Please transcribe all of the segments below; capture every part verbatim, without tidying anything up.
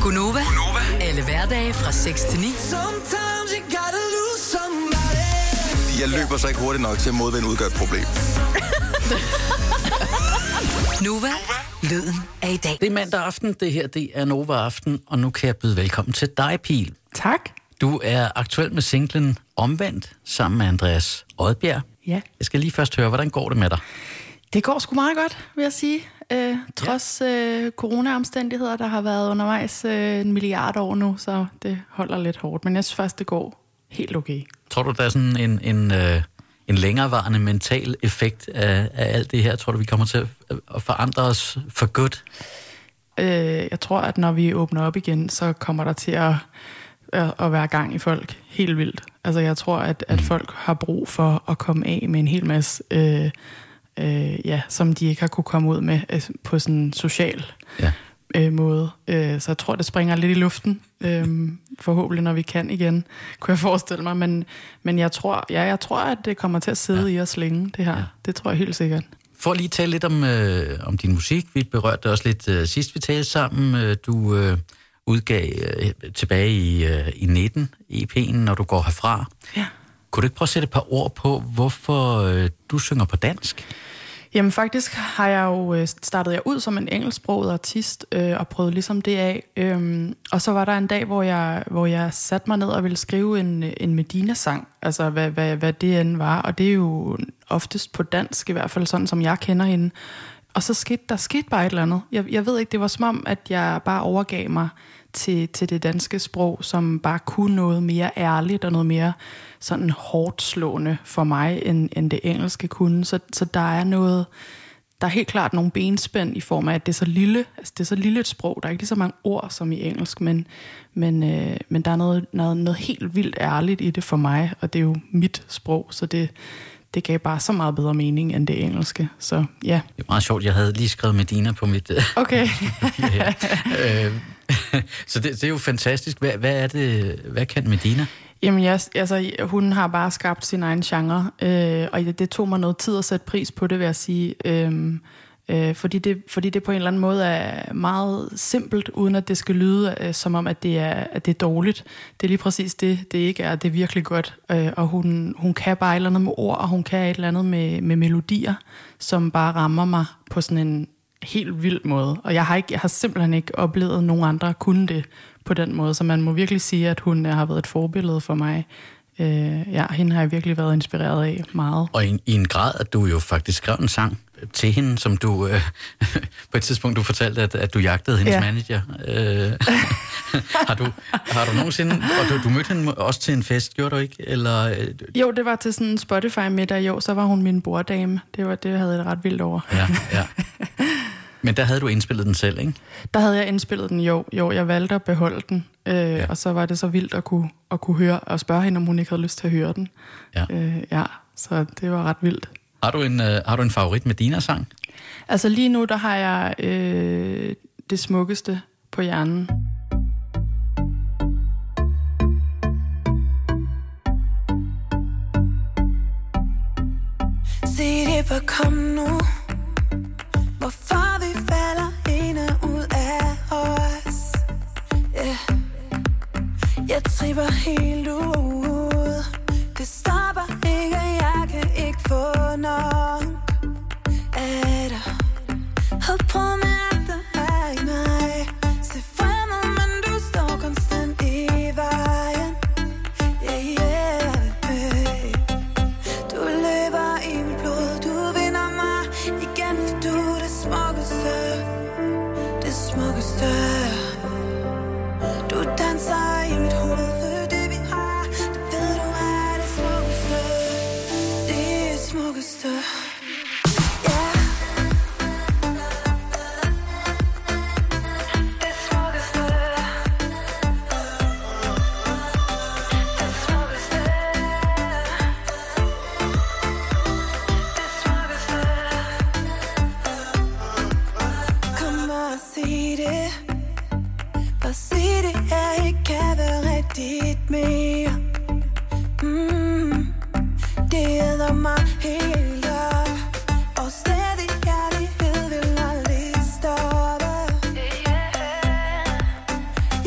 Gunova. Alle hverdage fra seks til ni. Jeg løber så ikke hurtigt nok til at modvinde udgør et problem. Nova, lyden af i dag. Det er mandag aften, det her det er Nova Aften, og nu kan jeg byde velkommen til dig, Pil. Tak. Du er aktuel med singlen Omvendt, sammen med Andreas Odbjerg. Ja. Jeg skal lige først høre, hvordan går det med dig? Det går sgu meget godt, vil jeg sige. Øh, trods øh, corona-omstændigheder, der har været undervejs øh, en milliard år nu, så det holder lidt hårdt. Men jeg synes faktisk, det går helt okay. Tror du, der er sådan en, en, øh, en længerevarende mental effekt af, af alt det her? Tror du, vi kommer til at, at forandre os for godt? Øh, jeg tror, at når vi åbner op igen, så kommer der til at, at, at være gang i folk helt vildt. Altså jeg tror, at, at folk har brug for at komme af med en hel masse... Øh, Øh, ja, som de ikke har kunne komme ud med øh, på sådan en social ja. øh, måde. Øh, så jeg tror, det springer lidt i luften. Øh, forhåbentlig, når vi kan igen, kunne jeg forestille mig. Men, men jeg tror, ja, jeg tror, at det kommer til at sidde ja. i os længe, det her. Ja. Det tror jeg helt sikkert. For at lige tale lidt om, øh, om din musik. Vi berørte det også lidt øh, sidst, vi talte sammen. Øh, du øh, udgav øh, tilbage i, øh, i nitten E P'en, Når du går herfra. Ja. Kunne du ikke prøve at sætte et par ord på, hvorfor øh, du synger på dansk? Jamen faktisk har jeg jo startet jeg ud som en engelsksproget artist øh, og prøvet ligesom det af. Øhm, og så var der en dag, hvor jeg, hvor jeg satte mig ned og ville skrive en, en Medina-sang. Altså hvad, hvad, hvad det end var. Og det er jo oftest på dansk, i hvert fald sådan som jeg kender hende. Og så skete der skete bare et eller andet. Jeg, jeg ved ikke, det var som om, at jeg bare overgav mig til, til det danske sprog, som bare kunne noget mere ærligt og noget mere sådan hårdt slående for mig, end, end det engelske kunne. Så, så der er noget, der er helt klart nogle benspænd i form af, at det er så lille, altså det er så lille et sprog. Der er ikke lige så mange ord som i engelsk, men, men, øh, men der er noget, noget, noget helt vildt ærligt i det for mig, og det er jo mit sprog, så det, det gav bare så meget bedre mening end det engelske. Så ja. Det er meget sjovt, jeg havde lige skrevet Medina på mit okay. papir her. øh, så det, det er jo fantastisk. Hvad, hvad er det, hvad kan Medina? Jamen, jeg, altså, hun har bare skabt sin egen genre, øh, og det, det tog mig noget tid at sætte pris på det, vil jeg sige. Øh, øh, fordi, det, fordi det på en eller anden måde er meget simpelt, uden at det skal lyde øh, som om, at det, er, at det er dårligt. Det er lige præcis det, det ikke er. Det er virkelig godt. Øh, og hun, hun kan bare et eller andet med ord, og hun kan et eller andet med, med melodier, som bare rammer mig på sådan en helt vild måde. Og jeg har, ikke, jeg har simpelthen ikke oplevet nogen andre kunne det på den måde, så man må virkelig sige, at hun har været et forbillede for mig. Øh, ja, hende har jeg virkelig været inspireret af meget. Og i, i en grad, at du jo faktisk skrev en sang til hende, som du øh, på et tidspunkt du fortalte, at, at du jagtede hendes ja. manager. Øh, har, du, har du nogensinde, og du, du mødte hende også til en fest, gjorde du ikke? Eller, øh, jo, det var til sådan en Spotify-middag, jo, så var hun min borddame. Det var det, jeg havde det ret vildt over. Ja, ja. Men der havde du indspillet den selv, ikke? Der havde jeg indspillet den, jo. Jo, jeg valgte at beholde den. Øh, ja. Og så var det så vildt at kunne, at kunne høre, og spørge hende, om hun ikke havde lyst til at høre den. Ja, øh, ja så det var ret vildt. Har du en, øh, har du en favorit Medina-sang? Altså lige nu, der har jeg øh, Det smukkeste på hjernen. Se det bare kom nu. Hvorfor vi falder ind og ud af os, yeah. Jeg tripper helt ud. Det stopper ikke, jeg kan ikke få nok af dig. Havde prøvet med alt, der er i mig. Se fremad, men du står konstant i vejen. Yeah, yeah, hey. Du løber i mit blod, du vinder mig igen, for du er det smukkeste, det smukkeste. Du danser i mit hoved, for det vi har, det ved du er det smukkeste, det smukkeste. Mere. Mm, det æder mig helt op, og stadig kærlighed vil aldrig stoppe.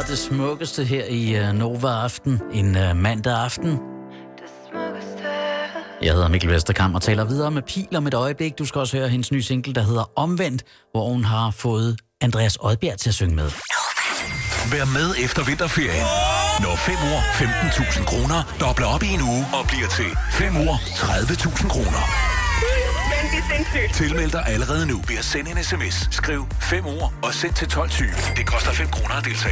det smukkeste her i uh, Nova Aften, en uh, mandag aften. Jeg hedder Mikkel Vesterkamp og taler videre med Pil om et øjeblik. Du skal også høre hendes nye single, der hedder Omvendt, hvor hun har fået Andreas Odbjerg til at synge med. Vær med efter vinterferien. Når fem år femten tusind kroner dobler op i en uge og bliver til fem år tredive tusind kroner. Tilmeld dig allerede nu ved at sende en sms. Skriv fem år og send til tolv tyve. Det koster fem kroner at deltage.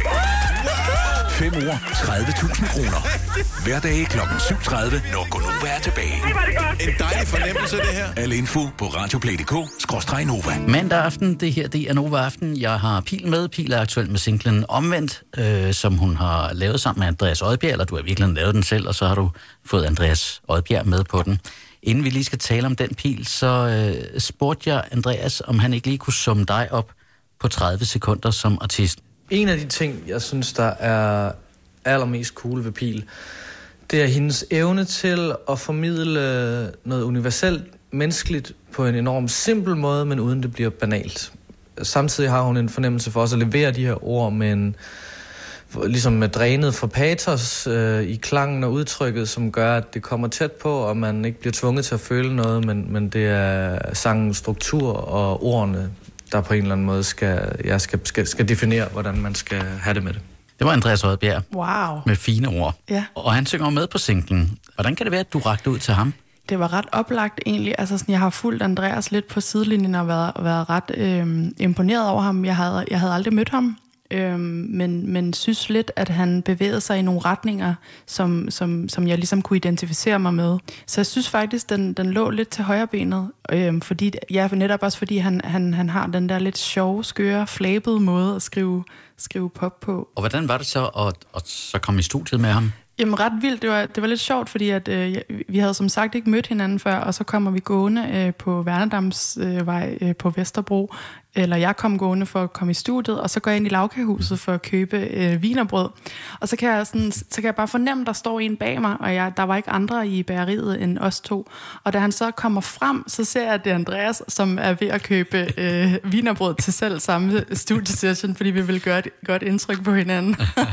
fem år tredive tusind kroner. Hverdag klokken syv tredive, når Gonova er tilbage. En dejlig fornemmelse, det her. Al info på radioplay punktum d k skråstreg Nova. Mandag aften, det her, det er Nova Aften. Jeg har Pil med. Pil er aktuelt med singlen Omvendt, øh, som hun har lavet sammen med Andreas Odbjerg, eller du har virkelig lavet den selv, og så har du fået Andreas Odbjerg med på den. Inden vi lige skal tale om den, Pil, så øh, spurgte jeg Andreas, om han ikke lige kunne summe dig op på tredive sekunder som artist. En af de ting, jeg synes, der er allermest cool ved Pil, det er hendes evne til at formidle noget universelt menneskeligt på en enormt simpel måde, men uden det bliver banalt. Samtidig har hun en fornemmelse for også at levere de her ord med en ligesom med drænet for patos øh, i klangen og udtrykket, som gør, at det kommer tæt på, og man ikke bliver tvunget til at føle noget, men, men det er sangens struktur og ordene, der på en eller anden måde skal, ja, skal, skal, skal definere, hvordan man skal have det med det. Det var Andreas Odbjerg. Wow. Med fine ord. Ja. Og han synger med på singlen. Hvordan kan det være, at du rakte ud til ham? Det var ret oplagt egentlig. Altså, sådan, jeg har fulgt Andreas lidt på sidelinjen og været, været ret øh, imponeret over ham. Jeg havde, jeg havde aldrig mødt ham. Øhm, men, men synes lidt, at han bevægede sig i nogle retninger, som, som, som jeg ligesom kunne identificere mig med. Så jeg synes faktisk, den, den lå lidt til højrebenet, øhm, fordi, ja, netop også fordi han, han, han har den der lidt sjove, skøre, flabede måde at skrive, skrive pop på. Og hvordan var det så at, at så komme i studiet med ham? Jamen ret vildt. Det var, det var lidt sjovt, fordi at, øh, vi havde som sagt ikke mødt hinanden før, og så kommer vi gående øh, på Værnedamsvej øh, på Vesterbro, eller jeg kom gående for at komme i studiet, og så går jeg ind i lavkagehuset for at købe øh, wienerbrød. Og så kan, jeg sådan, så kan jeg bare fornemme, der står en bag mig, og jeg, der var ikke andre i bageriet end os to. Og da han så kommer frem, så ser jeg, at det er Andreas, som er ved at købe øh, wienerbrød til selv samme studiesession, fordi vi ville gøre et godt indtryk på hinanden.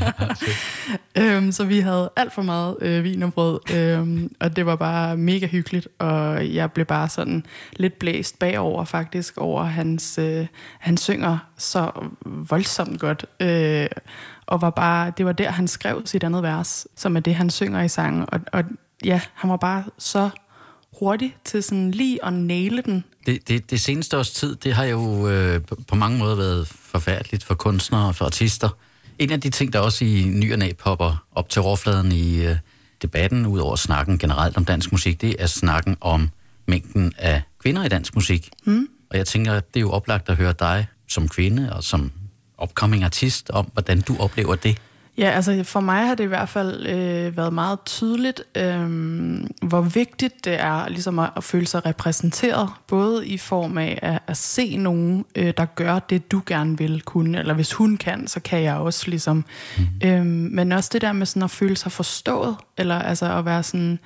øhm, så vi havde alt for meget øh, wienerbrød, øh, og det var bare mega hyggeligt, og jeg blev bare sådan lidt blæst bagover faktisk, over hans... Øh, han synger så voldsomt godt, øh, og var bare, det var der, han skrev sit andet vers, som er det, han synger i sangen, og, og ja, han var bare så hurtig til sådan lige at næle den. Det, det, det seneste års tid, det har jo øh, på mange måder været forfærdeligt for kunstnere og for artister. En af de ting, der også i ny og næ popper op til overfladen i øh, debatten, ud over snakken generelt om dansk musik, det er snakken om mængden af kvinder i dansk musik. Mm. Og jeg tænker, det er jo oplagt at høre dig som kvinde og som upcoming artist om, hvordan du oplever det. Ja, altså for mig har det i hvert fald øh, været meget tydeligt, øh, hvor vigtigt det er ligesom at, at føle sig repræsenteret, både i form af at, at se nogen, øh, der gør det, du gerne vil kunne, eller hvis hun kan, så kan jeg også ligesom. Mm. Øh, men også det der med sådan at føle sig forstået, eller altså at være sådan,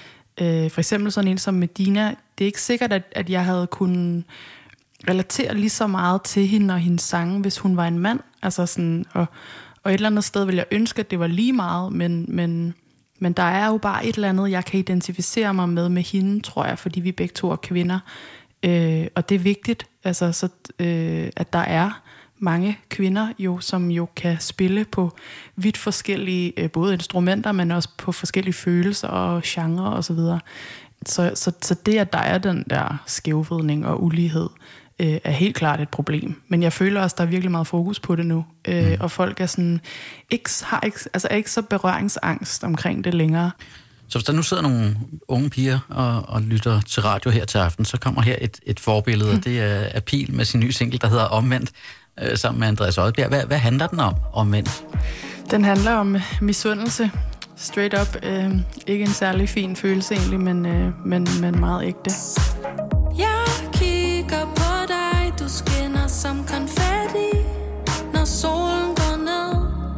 øh, for eksempel sådan en som Medina, det er ikke sikkert, at, at jeg havde kunnet relatere lige så meget til hende og hendes sange, hvis hun var en mand, altså sådan, og Og et eller andet sted vil jeg ønske, at det var lige meget, men, men, men der er jo bare et eller andet, jeg kan identificere mig med med hende, tror jeg, fordi vi begge to er kvinder. Øh, og det er vigtigt, altså, så, øh, at der er mange kvinder, jo, som jo kan spille på vidt forskellige, øh, både instrumenter, men også på forskellige følelser og genrer og så videre. Så, så, så det, at der er den der skævvridning og ulighed, øh, er helt klart et problem. Men jeg føler også, der er virkelig meget fokus på det nu. Øh, mm. Og folk er sådan, ikke, har ikke, altså er ikke så berøringsangst omkring det længere. Så hvis der nu sidder nogle unge piger og, og lytter til radio her til aften, så kommer her et, et forbillede, og det er, er Pil med sin nye single, der hedder Omvendt, øh, sammen med Andreas Odbjerg. Hvad, hvad handler den om, Omvendt? Den handler om misundelse. Straight up. Øh, ikke en særlig fin følelse egentlig, men, øh, men, men meget ægte. Jeg kigger på dig, du skinner som konfetti, når solen går ned.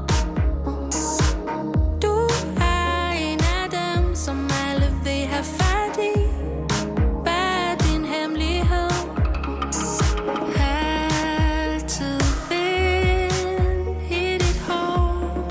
Du er en af dem, som alle vil have fat i. Hvad er din hemmelighed? Altid vind i dit hår.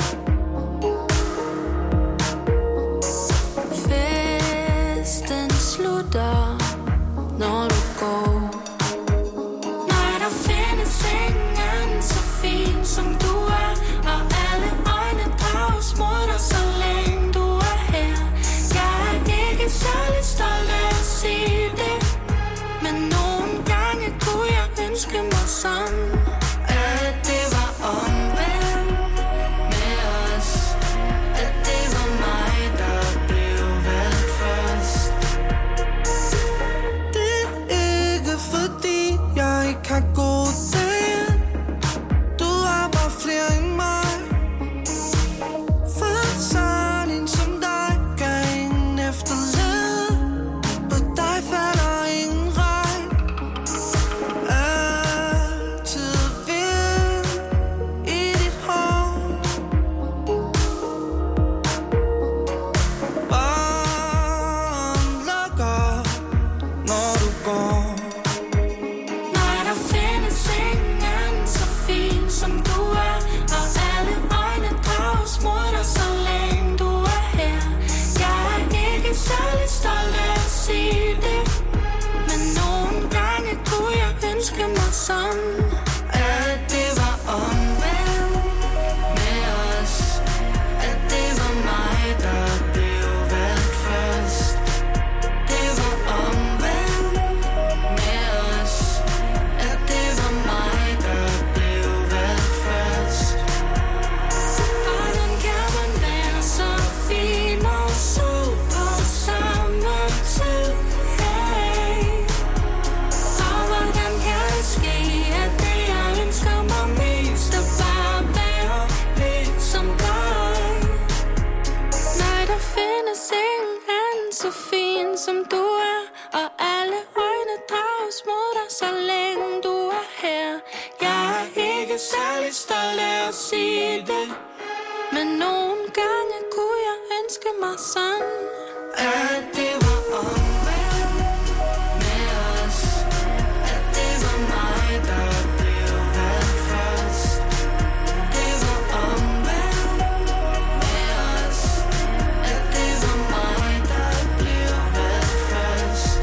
så fin som du er, og alle øjne drages mod dig, så længe du er her. Jeg er ikke særlig stolt af at sige det, men nogle gange kunne jeg ønske mig sådan, at det var omvendt med os, at det var mig, der blev valgt først. Det var omvendt med os, at det var mig, der blev valgt først.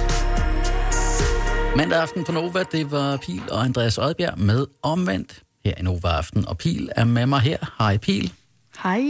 Mandag aften på Nova, det var Pihl og Andreas Odbjerg med Omvendt her i Nova Aften. Og Pihl er med mig her. Hej Pihl. Hej.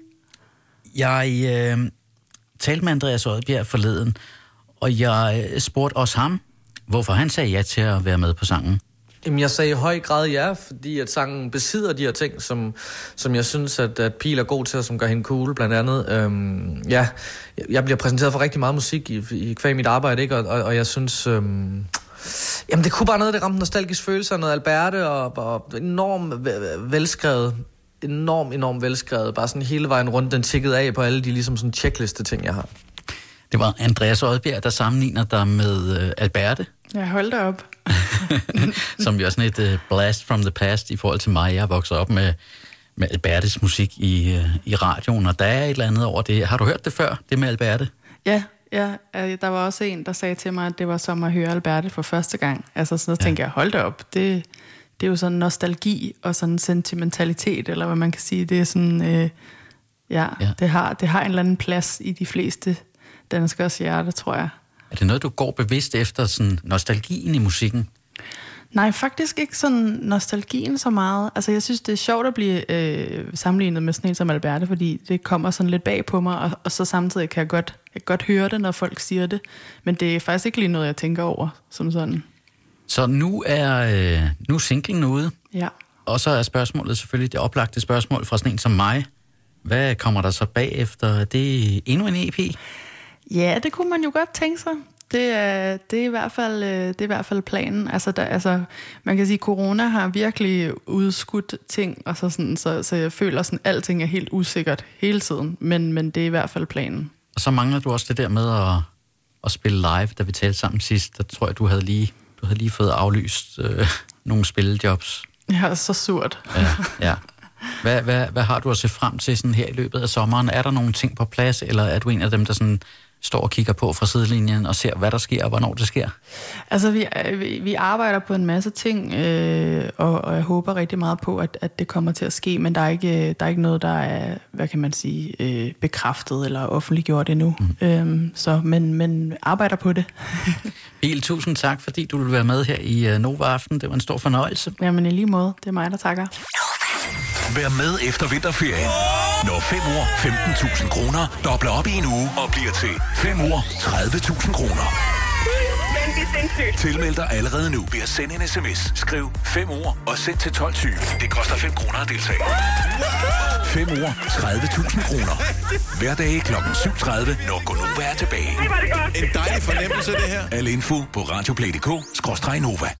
Jeg øh, talte med Andreas Odbjerg forleden, og jeg spurgte også ham, hvorfor han sagde ja til at være med på sangen. Jamen, jeg sagde i høj grad ja, fordi at sangen besidder de her ting, som, som jeg synes, at, at Pihl er god til, og som gør hende cool, blandt andet. Øhm, ja, jeg bliver præsenteret for rigtig meget musik i, i kvæg mit arbejde, ikke? Og, og, og jeg synes... Øhm, jamen, det kunne bare noget, det ramte nostalgisk følelse af noget Alberte, og, og enormt velskrevet. Enormt, enormt velskrevet. Bare sådan hele vejen rundt, den tikkede af på alle de ligesom sådan checkliste ting, jeg har. Det var Andreas Odbjerg, der sammenligner dig med øh, Alberte. Jeg holdt dig op. Som jo er sådan et uh, blast from the past i forhold til mig. Jeg har vokset op med, med Albertes musik i, uh, i radioen, og der er et eller andet over det. Har du hørt det før, det med Alberte? Ja, ja, der var også en, der sagde til mig, at det var som at høre Alberte for første gang. Altså sådan, så tænkte jeg, hold da op, det, det er jo sådan nostalgi og sådan sentimentalitet, eller hvad man kan sige. Det er sådan, øh, ja, ja. Det, har, det har en eller anden plads i de fleste danskers hjerte, tror jeg. Er det noget, du går bevidst efter, sådan nostalgien i musikken? Nej, faktisk ikke sådan nostalgien så meget. Altså, jeg synes, det er sjovt at blive øh, sammenlignet med sådan en som Alberte, fordi det kommer sådan lidt bag på mig, og, og så samtidig kan jeg godt, jeg kan godt høre det, når folk siger det. Men det er faktisk ikke lige noget, jeg tænker over som sådan. Så nu er, øh, nu er singlen ude. Ja. Og så er spørgsmålet selvfølgelig det oplagte spørgsmål fra sådan en som mig. Hvad kommer der så bagefter? Det er endnu en E P? Ja, det kunne man jo godt tænke sig. Det er, det er, i, hvert fald, det er i hvert fald planen. Altså, der, altså, man kan sige, at corona har virkelig udskudt ting, og så, sådan, så, så jeg føler, at alting er helt usikkert hele tiden. Men, men det er i hvert fald planen. Og så mangler du også det der med at, at spille live, da vi talte sammen sidst. Der tror jeg, du havde lige, du havde lige fået aflyst øh, nogle spillejobs. Ja, så surt. Ja, ja. Hvad, hvad, hvad har du at se frem til sådan her i løbet af sommeren? Er der nogle ting på plads, eller er du en af dem, der sådan står og kigger på fra sidelinjen og ser, hvad der sker og hvornår det sker? Altså, vi, vi, vi arbejder på en masse ting, øh, og, og jeg håber rigtig meget på, at, at det kommer til at ske, men der er ikke, der er ikke noget, der er, hvad kan man sige, øh, bekræftet eller offentliggjort endnu. Mm. Øhm, så, men, men arbejder på det. Pihl, tusind tak, fordi du ville være med her i uh, Nova Aften. Det var en stor fornøjelse. Jamen i lige måde. Det er mig, der takker. Vær med efter vinterferien. Når fem år femten tusind kroner dobler op i en uge og bliver til fem år tredive tusind kroner. Tilmeld dig allerede nu ved at sende en sms. Skriv fem år og send til tolv tyve. Det koster fem kroner at deltage. fem år tredive tusind kroner. Hverdag klokken syv tredive, når Gonova er tilbage. En dejlig fornemmelse, det her. Al info på radioplay punktum d k skråstreg Nova.